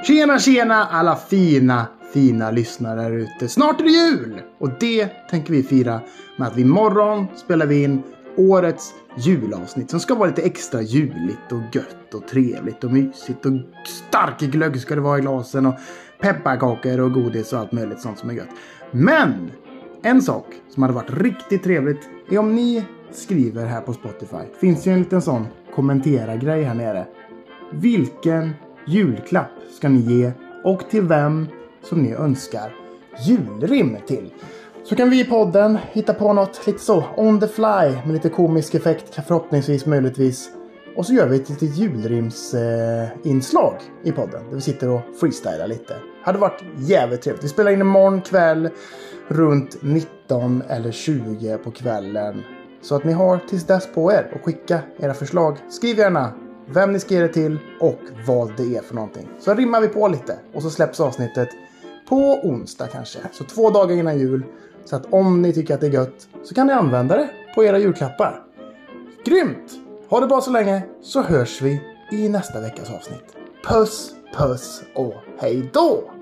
Tjena alla fina lyssnare där ute. Snart är det jul! Och det tänker vi fira med att vi imorgon spelar vi in årets julavsnitt som ska vara lite extra juligt och gött och trevligt och mysigt. Och stark glögg ska det vara i glasen och pepparkakor och godis och allt möjligt sånt som är gött. Men en sak som hade varit riktigt trevligt är om ni skriver här på Spotify. Finns ju en liten sån kommentera-grej här nere. Vilken julklapp ska ni ge och till vem som ni önskar julrim till? Så kan vi i podden hitta på något lite så on the fly med lite komisk effekt förhoppningsvis möjligtvis. Och så gör vi ett litet julrimsinslag i podden där vi sitter och freestylar lite. Hade varit jävligt trevligt. Vi spelar in imorgon kväll runt 19 eller 20 på kvällen. Så att ni har tills dess på er och skicka era förslag. Skriv gärna vem ni ska ge det till och vad det är för någonting. Så rimmar vi på lite och så släpps avsnittet på onsdag kanske. Så 2 dagar innan jul. Så att om ni tycker att det är gött så kan ni använda det på era julklappar. Grymt! Ha det bra så länge så hörs vi i nästa veckas avsnitt. Puss och hej då!